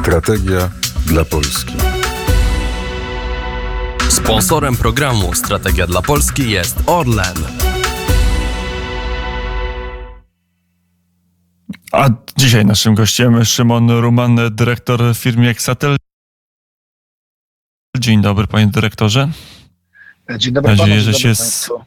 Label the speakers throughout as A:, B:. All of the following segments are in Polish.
A: Strategia dla Polski.
B: Sponsorem programu Strategia dla Polski jest Orlen.
C: A dzisiaj naszym gościem Szymon Ruman, dyrektor firmy Exatel. Dzień dobry, panie dyrektorze.
D: Dzień dobry panu, dzień dobry państwu.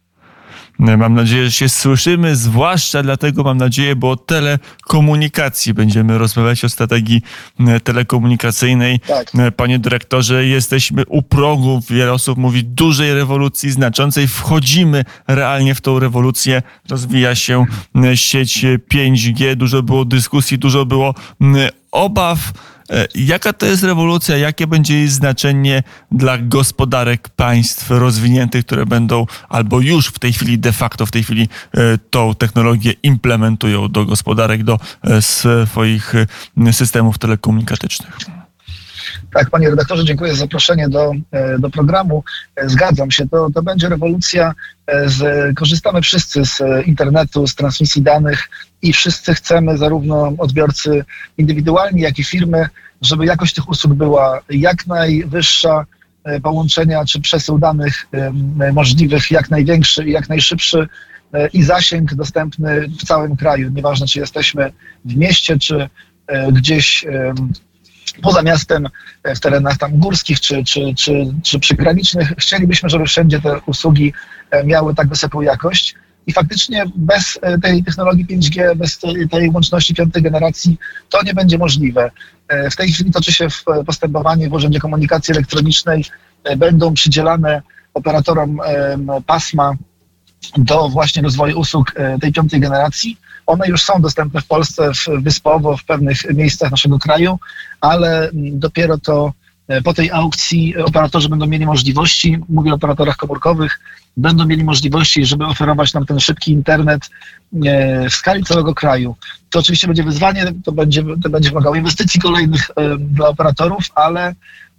C: Mam nadzieję, że się słyszymy, zwłaszcza dlatego mam nadzieję, bo o telekomunikacji będziemy rozmawiać, o strategii telekomunikacyjnej. Tak. Panie dyrektorze, jesteśmy u progu, wiele osób mówi, dużej rewolucji, znaczącej. Wchodzimy realnie w tą rewolucję. Rozwija się sieć 5G, dużo było dyskusji, dużo było obaw. Jaka to jest rewolucja? Jakie będzie jej znaczenie dla gospodarek państw rozwiniętych, które będą albo już w tej chwili de facto tą technologię implementują do gospodarek, do swoich systemów telekomunikatycznych?
D: Tak, panie redaktorze, dziękuję za zaproszenie do programu. Zgadzam się, to będzie rewolucja. Korzystamy wszyscy z internetu, z transmisji danych i wszyscy chcemy, zarówno odbiorcy indywidualni, jak i firmy, żeby jakość tych usług była jak najwyższa, połączenia czy przesył danych możliwych jak największy i jak najszybszy i zasięg dostępny w całym kraju. Nieważne, czy jesteśmy w mieście, czy gdzieś poza miastem, w terenach tam górskich czy przygranicznych. Chcielibyśmy, żeby wszędzie te usługi miały tak wysoką jakość i faktycznie bez tej technologii 5G, bez tej łączności piątej generacji to nie będzie możliwe. W tej chwili toczy się postępowanie w Urzędzie Komunikacji Elektronicznej. Będą przydzielane operatorom pasma do właśnie rozwoju usług tej piątej generacji. One już są dostępne w Polsce, wyspowo, w pewnych miejscach naszego kraju, ale dopiero to po tej aukcji operatorzy będą mieli możliwości, mówię o operatorach komórkowych, będą mieli możliwości, żeby oferować nam ten szybki internet w skali całego kraju. To oczywiście będzie wyzwanie, to będzie wymagało inwestycji kolejnych dla operatorów, ale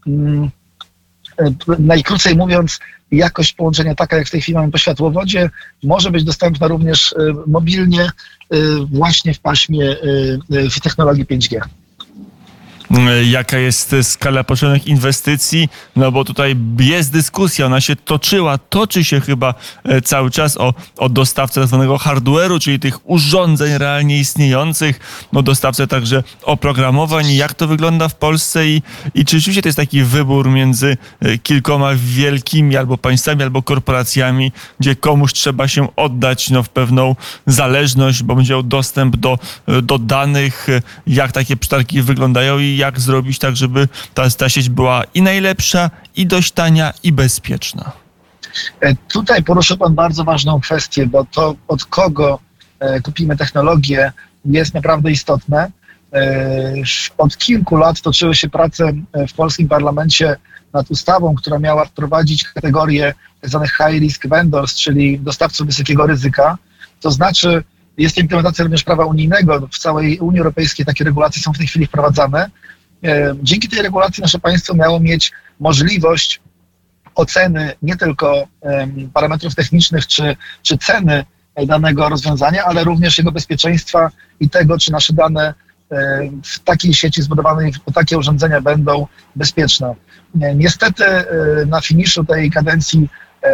D: najkrócej mówiąc, jakość połączenia taka, jak w tej chwili mamy po światłowodzie, może być dostępna również mobilnie właśnie w paśmie w technologii 5G.
C: Jaka jest skala potrzebnych inwestycji? No bo tutaj jest dyskusja, ona się toczy się chyba cały czas o dostawcę tak zwanego hardware'u, czyli tych urządzeń realnie istniejących, dostawcę także oprogramowań. Jak to wygląda w Polsce i czy rzeczywiście to jest taki wybór między kilkoma wielkimi albo państwami, albo korporacjami, gdzie komuś trzeba się oddać w pewną zależność, bo będzie miał dostęp do danych, jak takie przetargi wyglądają i jak zrobić tak, żeby ta sieć była i najlepsza, i dość tania, i bezpieczna?
D: Tutaj poruszył pan bardzo ważną kwestię, bo to od kogo kupimy technologię jest naprawdę istotne. Od kilku lat toczyły się prace w polskim parlamencie nad ustawą, która miała wprowadzić kategorię tzw. high risk vendors, czyli dostawców wysokiego ryzyka. To znaczy jest to implementacja również prawa unijnego. W całej Unii Europejskiej takie regulacje są w tej chwili wprowadzane. Dzięki tej regulacji nasze państwo miało mieć możliwość oceny nie tylko parametrów technicznych czy ceny danego rozwiązania, ale również jego bezpieczeństwa i tego, czy nasze dane w takiej sieci zbudowanej po takie urządzenia będą bezpieczne. Niestety na finiszu tej kadencji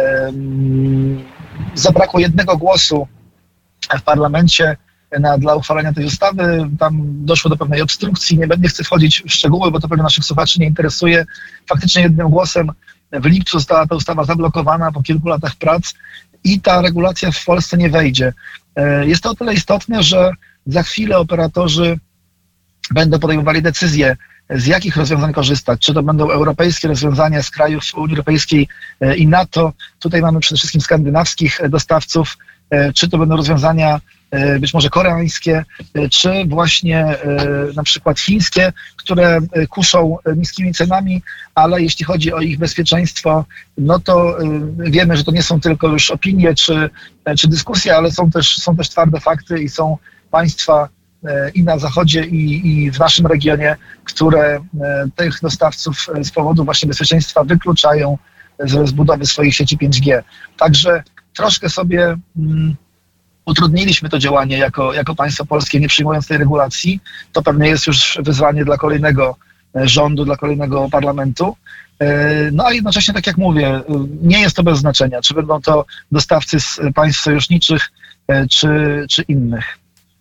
D: zabrakło jednego głosu w parlamencie dla uchwalenia tej ustawy. Tam doszło do pewnej obstrukcji. Nie chcę wchodzić w szczegóły, bo to pewnie naszych słuchaczy nie interesuje. Faktycznie jednym głosem w lipcu została ta ustawa zablokowana po kilku latach prac i ta regulacja w Polsce nie wejdzie. Jest to o tyle istotne, że za chwilę operatorzy będą podejmowali decyzje, z jakich rozwiązań korzystać. Czy to będą europejskie rozwiązania z krajów Unii Europejskiej i NATO. Tutaj mamy przede wszystkim skandynawskich dostawców. Czy to będą rozwiązania być może koreańskie, czy właśnie na przykład chińskie, które kuszą niskimi cenami, ale jeśli chodzi o ich bezpieczeństwo, no to wiemy, że to nie są tylko już opinie czy dyskusje, ale są też twarde fakty i są państwa i na zachodzie, i w naszym regionie, które tych dostawców z powodu właśnie bezpieczeństwa wykluczają z budowy swoich sieci 5G. Także troszkę sobie utrudniliśmy to działanie jako państwo polskie, nie przyjmując tej regulacji. To pewnie jest już wyzwanie dla kolejnego rządu, dla kolejnego parlamentu. No a jednocześnie, tak jak mówię, nie jest to bez znaczenia, czy będą to dostawcy z państw sojuszniczych, czy innych.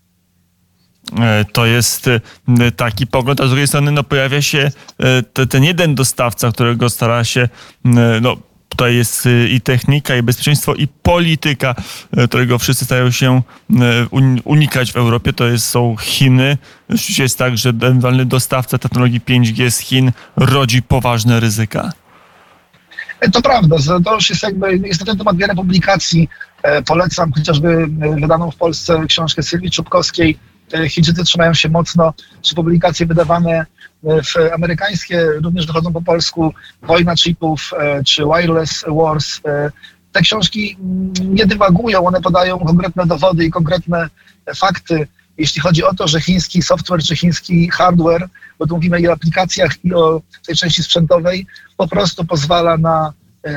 C: To jest taki pogląd, a z drugiej strony pojawia się ten jeden dostawca, którego stara się, tutaj jest i technika, i bezpieczeństwo, i polityka, którego wszyscy starają się unikać w Europie, są Chiny. Rzeczywiście jest tak, że ewentualny dostawca technologii 5G z Chin rodzi poważne ryzyka.
D: To prawda, to już jest na ten temat wiele publikacji. Polecam chociażby wydaną w Polsce książkę Sylwii Czubkowskiej. Chińczycy trzymają się mocno, czy publikacje wydawane amerykańskie również dochodzą po polsku, Wojna chipów, czy Wireless Wars. Te książki nie dywagują, one podają konkretne dowody i konkretne fakty, jeśli chodzi o to, że chiński software czy chiński hardware, bo tu mówimy i o aplikacjach, i o tej części sprzętowej, po prostu pozwala na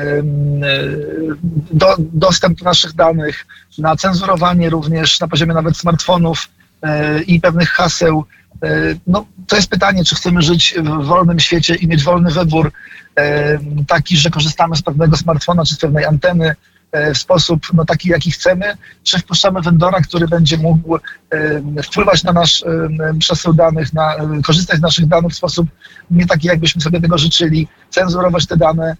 D: dostęp do naszych danych, na cenzurowanie również na poziomie nawet smartfonów i pewnych haseł. To jest pytanie, czy chcemy żyć w wolnym świecie i mieć wolny wybór taki, że korzystamy z pewnego smartfona czy z pewnej anteny w sposób taki, jaki chcemy, czy wpuszczamy vendora, który będzie mógł wpływać na nasz przesył danych, korzystać z naszych danych w sposób nie taki, jakbyśmy sobie tego życzyli, cenzurować te dane.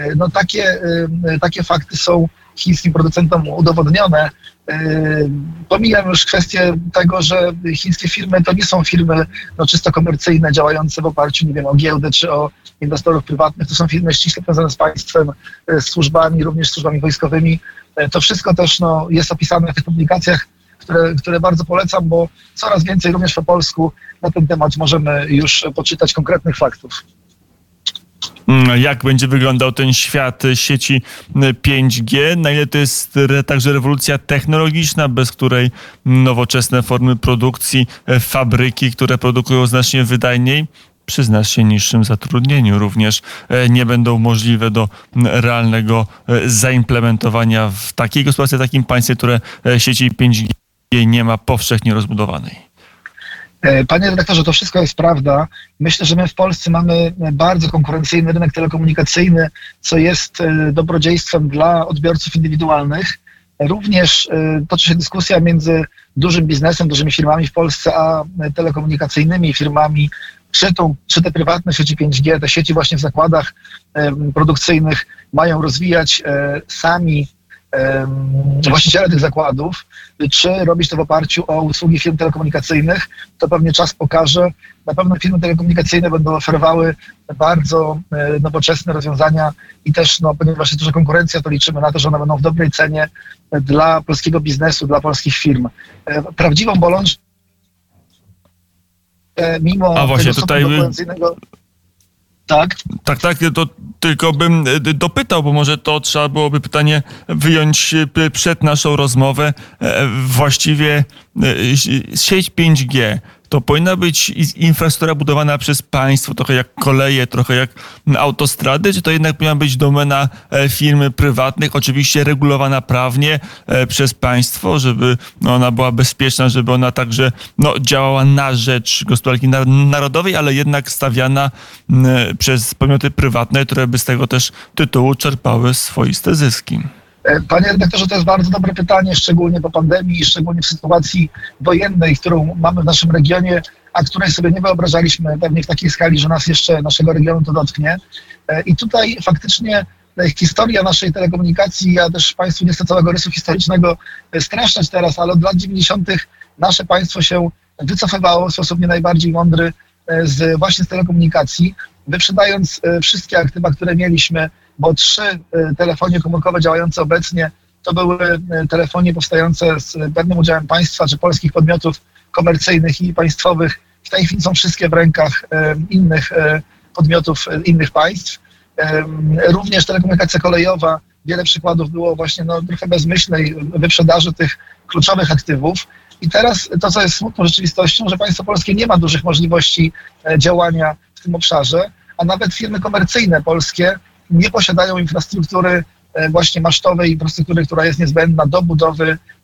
D: Takie fakty są chińskim producentom udowodnione. Pomijam już kwestię tego, że chińskie firmy to nie są firmy czysto komercyjne, działające w oparciu, o giełdę czy o inwestorów prywatnych. To są firmy ściśle powiązane z państwem, z służbami, również służbami wojskowymi. To wszystko też jest opisane w tych publikacjach, które bardzo polecam, bo coraz więcej również po polsku na ten temat możemy już poczytać konkretnych faktów.
C: Jak będzie wyglądał ten świat sieci 5G? Na ile to jest także rewolucja technologiczna, bez której nowoczesne formy produkcji, fabryki, które produkują znacznie wydajniej, przy znacznie niższym zatrudnieniu również nie będą możliwe do realnego zaimplementowania w takiej gospodarce, takim państwie, które sieci 5G nie ma powszechnie rozbudowanej?
D: Panie redaktorze, to wszystko jest prawda. Myślę, że my w Polsce mamy bardzo konkurencyjny rynek telekomunikacyjny, co jest dobrodziejstwem dla odbiorców indywidualnych. Również toczy się dyskusja między dużym biznesem, dużymi firmami w Polsce, a telekomunikacyjnymi firmami, czy te prywatne sieci 5G, te sieci właśnie w zakładach produkcyjnych mają rozwijać sami właściciele tych zakładów, czy robić to w oparciu o usługi firm telekomunikacyjnych, to pewnie czas pokaże. Na pewno firmy telekomunikacyjne będą oferowały bardzo nowoczesne rozwiązania i też, ponieważ jest duża konkurencja, to liczymy na to, że one będą w dobrej cenie dla polskiego biznesu, dla polskich firm. Prawdziwą bolączką mimo tego
C: tutaj
D: konkurencyjnego... Tak?
C: Tak, to tylko bym dopytał, bo może to trzeba byłoby pytanie wyjąć przed naszą rozmowę. Właściwie sieć 5G to powinna być infrastruktura budowana przez państwo, trochę jak koleje, trochę jak autostrady, czy to jednak powinna być domena firm prywatnych, oczywiście regulowana prawnie przez państwo, żeby ona była bezpieczna, żeby ona także działała na rzecz gospodarki narodowej, ale jednak stawiana przez podmioty prywatne, które by z tego też tytułu czerpały swoiste zyski.
D: Panie redaktorze, to jest bardzo dobre pytanie, szczególnie po pandemii i szczególnie w sytuacji wojennej, którą mamy w naszym regionie, a której sobie nie wyobrażaliśmy pewnie w takiej skali, że naszego regionu to dotknie. I tutaj faktycznie historia naszej telekomunikacji, ja też Państwu nie chcę całego rysu historycznego streszczać teraz, ale od lat 90. nasze państwo się wycofywało w sposób nie najbardziej mądry właśnie z telekomunikacji, wyprzedając wszystkie aktywa, które mieliśmy, bo 3 telefonie komórkowe działające obecnie to były telefonie powstające z pewnym udziałem państwa czy polskich podmiotów komercyjnych i państwowych. W tej chwili są wszystkie w rękach innych podmiotów, innych państw. Również telekomunikacja kolejowa, wiele przykładów było właśnie trochę bezmyślnej wyprzedaży tych kluczowych aktywów. I teraz to, co jest smutną rzeczywistością, że państwo polskie nie ma dużych możliwości działania w tym obszarze, a nawet firmy komercyjne polskie nie posiadają infrastruktury właśnie masztowej, infrastruktury, która jest niezbędna do budowy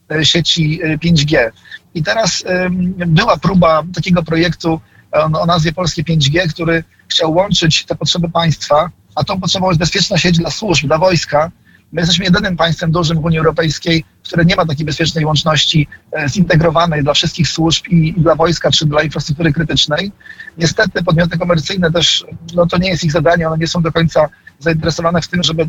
D: sieci 5G. I teraz była próba takiego projektu o nazwie Polskie 5G, który chciał łączyć te potrzeby państwa, a tą potrzebą jest bezpieczna sieć dla służb, dla wojska. My jesteśmy jedynym państwem dużym w Unii Europejskiej, które nie ma takiej bezpiecznej łączności zintegrowanej dla wszystkich służb i dla wojska czy dla infrastruktury krytycznej. Niestety podmioty komercyjne też, to nie jest ich zadanie, one nie są do końca zainteresowane w tym, żeby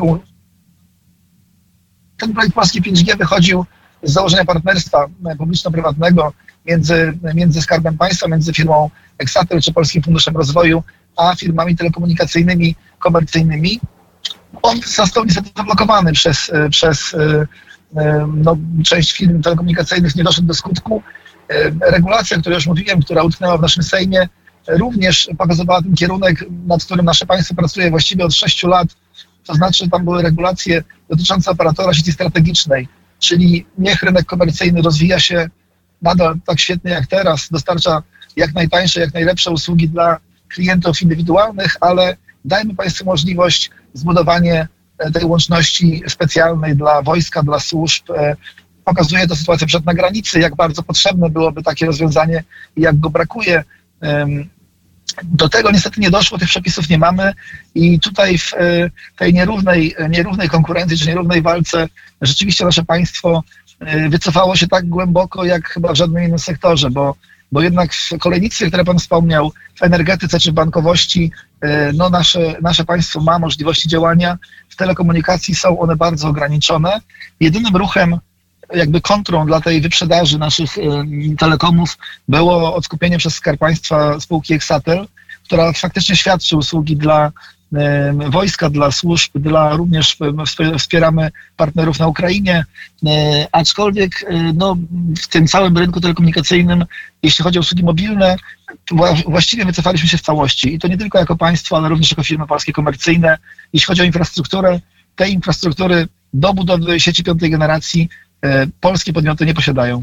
D: Ten projekt Polskie 5G wychodził z założenia partnerstwa publiczno-prywatnego między Skarbem Państwa, między firmą Exatel czy Polskim Funduszem Rozwoju, a firmami telekomunikacyjnymi, komercyjnymi. On został niestety zablokowany przez część firm telekomunikacyjnych, nie doszedł do skutku. Regulacja, o której już mówiłem, która utknęła w naszym Sejmie, również pokazywała ten kierunek, nad którym nasze państwo pracuje właściwie od 6 lat. To znaczy tam były regulacje dotyczące operatora sieci strategicznej, czyli niech rynek komercyjny rozwija się nadal tak świetnie jak teraz, dostarcza jak najtańsze, jak najlepsze usługi dla klientów indywidualnych, ale dajmy państwu możliwość zbudowania tej łączności specjalnej dla wojska, dla służb. Pokazuje to sytuacja przed na granicy, jak bardzo potrzebne byłoby takie rozwiązanie i jak go brakuje. Do tego niestety nie doszło, tych przepisów nie mamy i tutaj w tej nierównej konkurencji czy nierównej walce rzeczywiście nasze państwo wycofało się tak głęboko jak chyba w żadnym innym sektorze, bo jednak w kolejnictwie, które pan wspomniał, w energetyce czy w bankowości, nasze państwo ma możliwości działania. W telekomunikacji są one bardzo ograniczone. Jedynym ruchem, jakby kontrą dla tej wyprzedaży naszych telekomów było odkupienie przez Skarb Państwa spółki Exatel, która faktycznie świadczy usługi dla wojska, dla służb, również wspieramy partnerów na Ukrainie, aczkolwiek w tym całym rynku telekomunikacyjnym, jeśli chodzi o usługi mobilne, właściwie wycofaliśmy się w całości i to nie tylko jako państwo, ale również jako firmy polskie komercyjne. Jeśli chodzi o infrastrukturę, tej infrastruktury do budowy sieci 5. generacji polskie podmioty nie posiadają.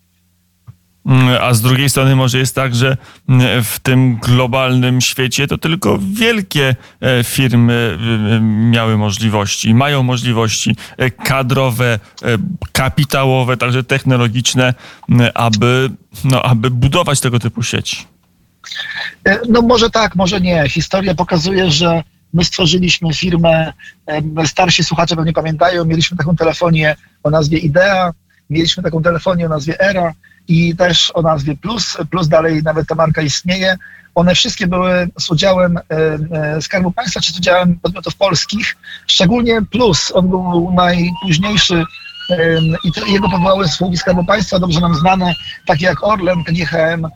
C: A z drugiej strony może jest tak, że w tym globalnym świecie to tylko wielkie firmy miały możliwości, mają możliwości kadrowe, kapitałowe, także technologiczne, aby budować tego typu sieci.
D: Może tak, może nie. Historia pokazuje, że my stworzyliśmy firmę, starsi słuchacze pewnie pamiętają, mieliśmy taką telefonię o nazwie Idea, mieliśmy taką telefonię o nazwie Era i też o nazwie Plus dalej nawet ta marka istnieje. One wszystkie były z udziałem Skarbu Państwa czy z udziałem podmiotów polskich, szczególnie Plus, on był najpóźniejszy i jego powołały spółki Skarbu Państwa, dobrze nam znane, takie jak Orlen, KGHM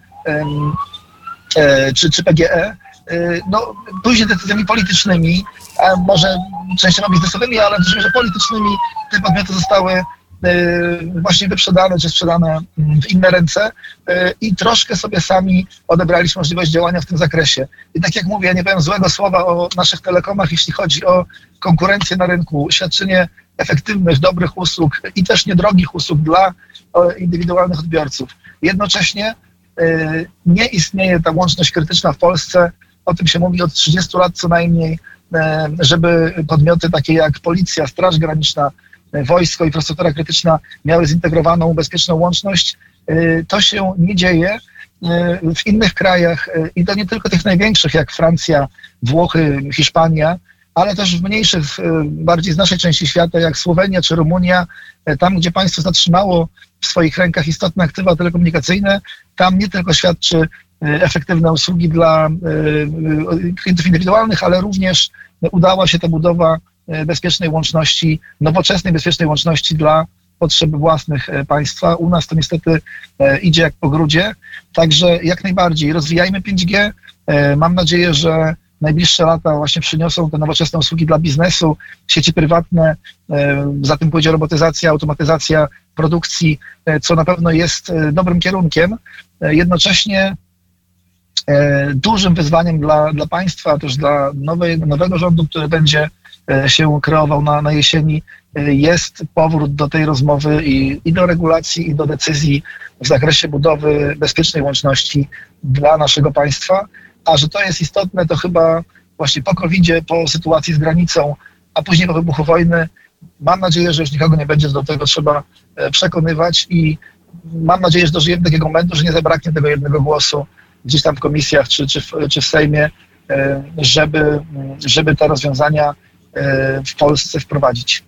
D: czy PGE. Później decyzjami politycznymi, a może częściowo biznesowymi, ale też że politycznymi, te podmioty zostały właśnie wyprzedane czy sprzedane w inne ręce i troszkę sobie sami odebraliśmy możliwość działania w tym zakresie. I tak jak mówię, ja nie powiem złego słowa o naszych telekomach, jeśli chodzi o konkurencję na rynku, świadczenie efektywnych, dobrych usług i też niedrogich usług dla indywidualnych odbiorców. Jednocześnie nie istnieje ta łączność krytyczna w Polsce, o tym się mówi od 30 lat co najmniej, żeby podmioty takie jak Policja, Straż Graniczna, wojsko, infrastruktura krytyczna miały zintegrowaną, bezpieczną łączność. To się nie dzieje w innych krajach i to nie tylko tych największych jak Francja, Włochy, Hiszpania, ale też w mniejszych, bardziej z naszej części świata jak Słowenia czy Rumunia, tam gdzie państwo zatrzymało w swoich rękach istotne aktywa telekomunikacyjne, tam nie tylko świadczy efektywne usługi dla klientów indywidualnych, ale również udała się ta budowa bezpiecznej łączności, nowoczesnej bezpiecznej łączności dla potrzeb własnych państwa. U nas to niestety idzie jak po grudzie, także jak najbardziej rozwijajmy 5G. Mam nadzieję, że najbliższe lata właśnie przyniosą te nowoczesne usługi dla biznesu, sieci prywatne, za tym pójdzie robotyzacja, automatyzacja produkcji, co na pewno jest dobrym kierunkiem. Jednocześnie dużym wyzwaniem dla państwa, też dla nowego rządu, który będzie się kreował na jesieni, jest powrót do tej rozmowy i do regulacji, i do decyzji w zakresie budowy bezpiecznej łączności dla naszego państwa. A że to jest istotne, to chyba właśnie po COVID-zie, po sytuacji z granicą, a później po wybuchu wojny, Mam nadzieję, że już nikogo nie będzie do tego trzeba przekonywać i mam nadzieję, że dożyjemy takiego momentu, że nie zabraknie tego jednego głosu gdzieś tam w komisjach czy w Sejmie, żeby te rozwiązania w Polsce wprowadzić.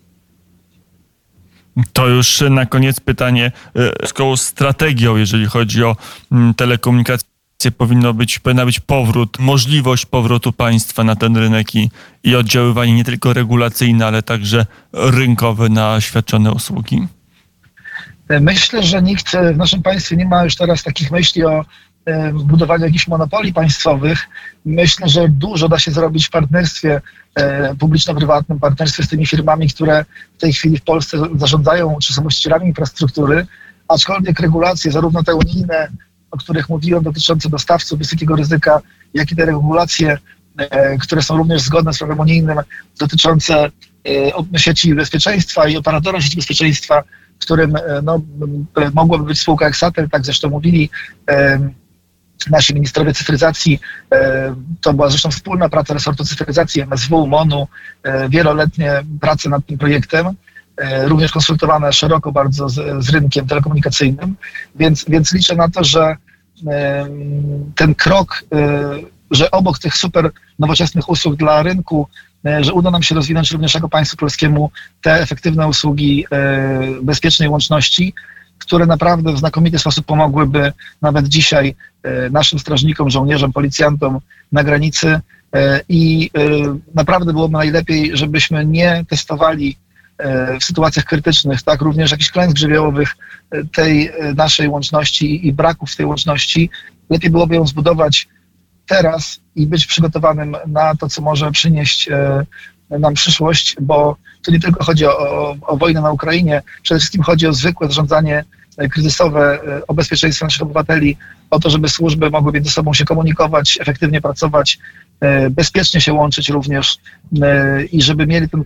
C: To już na koniec pytanie z strategią, jeżeli chodzi o telekomunikację. Powinna być możliwość powrotu państwa na ten rynek i oddziaływanie nie tylko regulacyjne, ale także rynkowe na świadczone usługi?
D: Myślę, że nikt w naszym państwie nie ma już teraz takich myśli o budowaniu jakichś monopolii państwowych. Myślę, że dużo da się zrobić w partnerstwie publiczno-prywatnym, partnerstwie z tymi firmami, które w tej chwili w Polsce zarządzają czy są właścicielami infrastruktury, aczkolwiek regulacje, zarówno te unijne, o których mówiłem, dotyczące dostawców wysokiego ryzyka, jak i te regulacje, które są również zgodne z prawem unijnym, dotyczące sieci bezpieczeństwa i operatora sieci bezpieczeństwa, którym mogłaby być spółka Exatel, tak zresztą mówili nasi ministrowie cyfryzacji. To była zresztą wspólna praca resortu cyfryzacji, MSW, MON-u, wieloletnie prace nad tym projektem, również konsultowane szeroko bardzo z rynkiem telekomunikacyjnym, więc liczę na to, że ten krok, że obok tych super nowoczesnych usług dla rynku, że uda nam się rozwinąć również jako państwu polskiemu te efektywne usługi bezpiecznej łączności, które naprawdę w znakomity sposób pomogłyby nawet dzisiaj naszym strażnikom, żołnierzom, policjantom na granicy i naprawdę byłoby najlepiej, żebyśmy nie testowali w sytuacjach krytycznych, tak, również jakichś klęsk żywiołowych tej naszej łączności i braków w tej łączności. Lepiej byłoby ją zbudować teraz i być przygotowanym na to, co może przynieść nam przyszłość, bo tu nie tylko chodzi o wojnę na Ukrainie, przede wszystkim chodzi o zwykłe zarządzanie kryzysowe, o bezpieczeństwo naszych obywateli, o to, żeby służby mogły między sobą się komunikować, efektywnie pracować, bezpiecznie się łączyć również i żeby mieli ten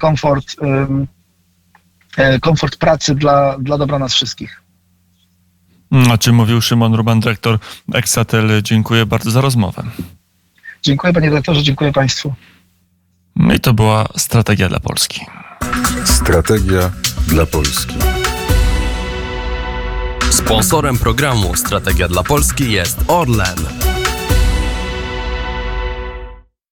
D: komfort pracy dla dobra nas wszystkich.
C: O czym mówił Szymon Ruban, dyrektor Exatel. Dziękuję bardzo za rozmowę.
D: Dziękuję, panie dyrektorze, dziękuję państwu.
C: I to była Strategia dla Polski.
A: Strategia dla Polski.
B: Sponsorem programu Strategia dla Polski jest Orlen.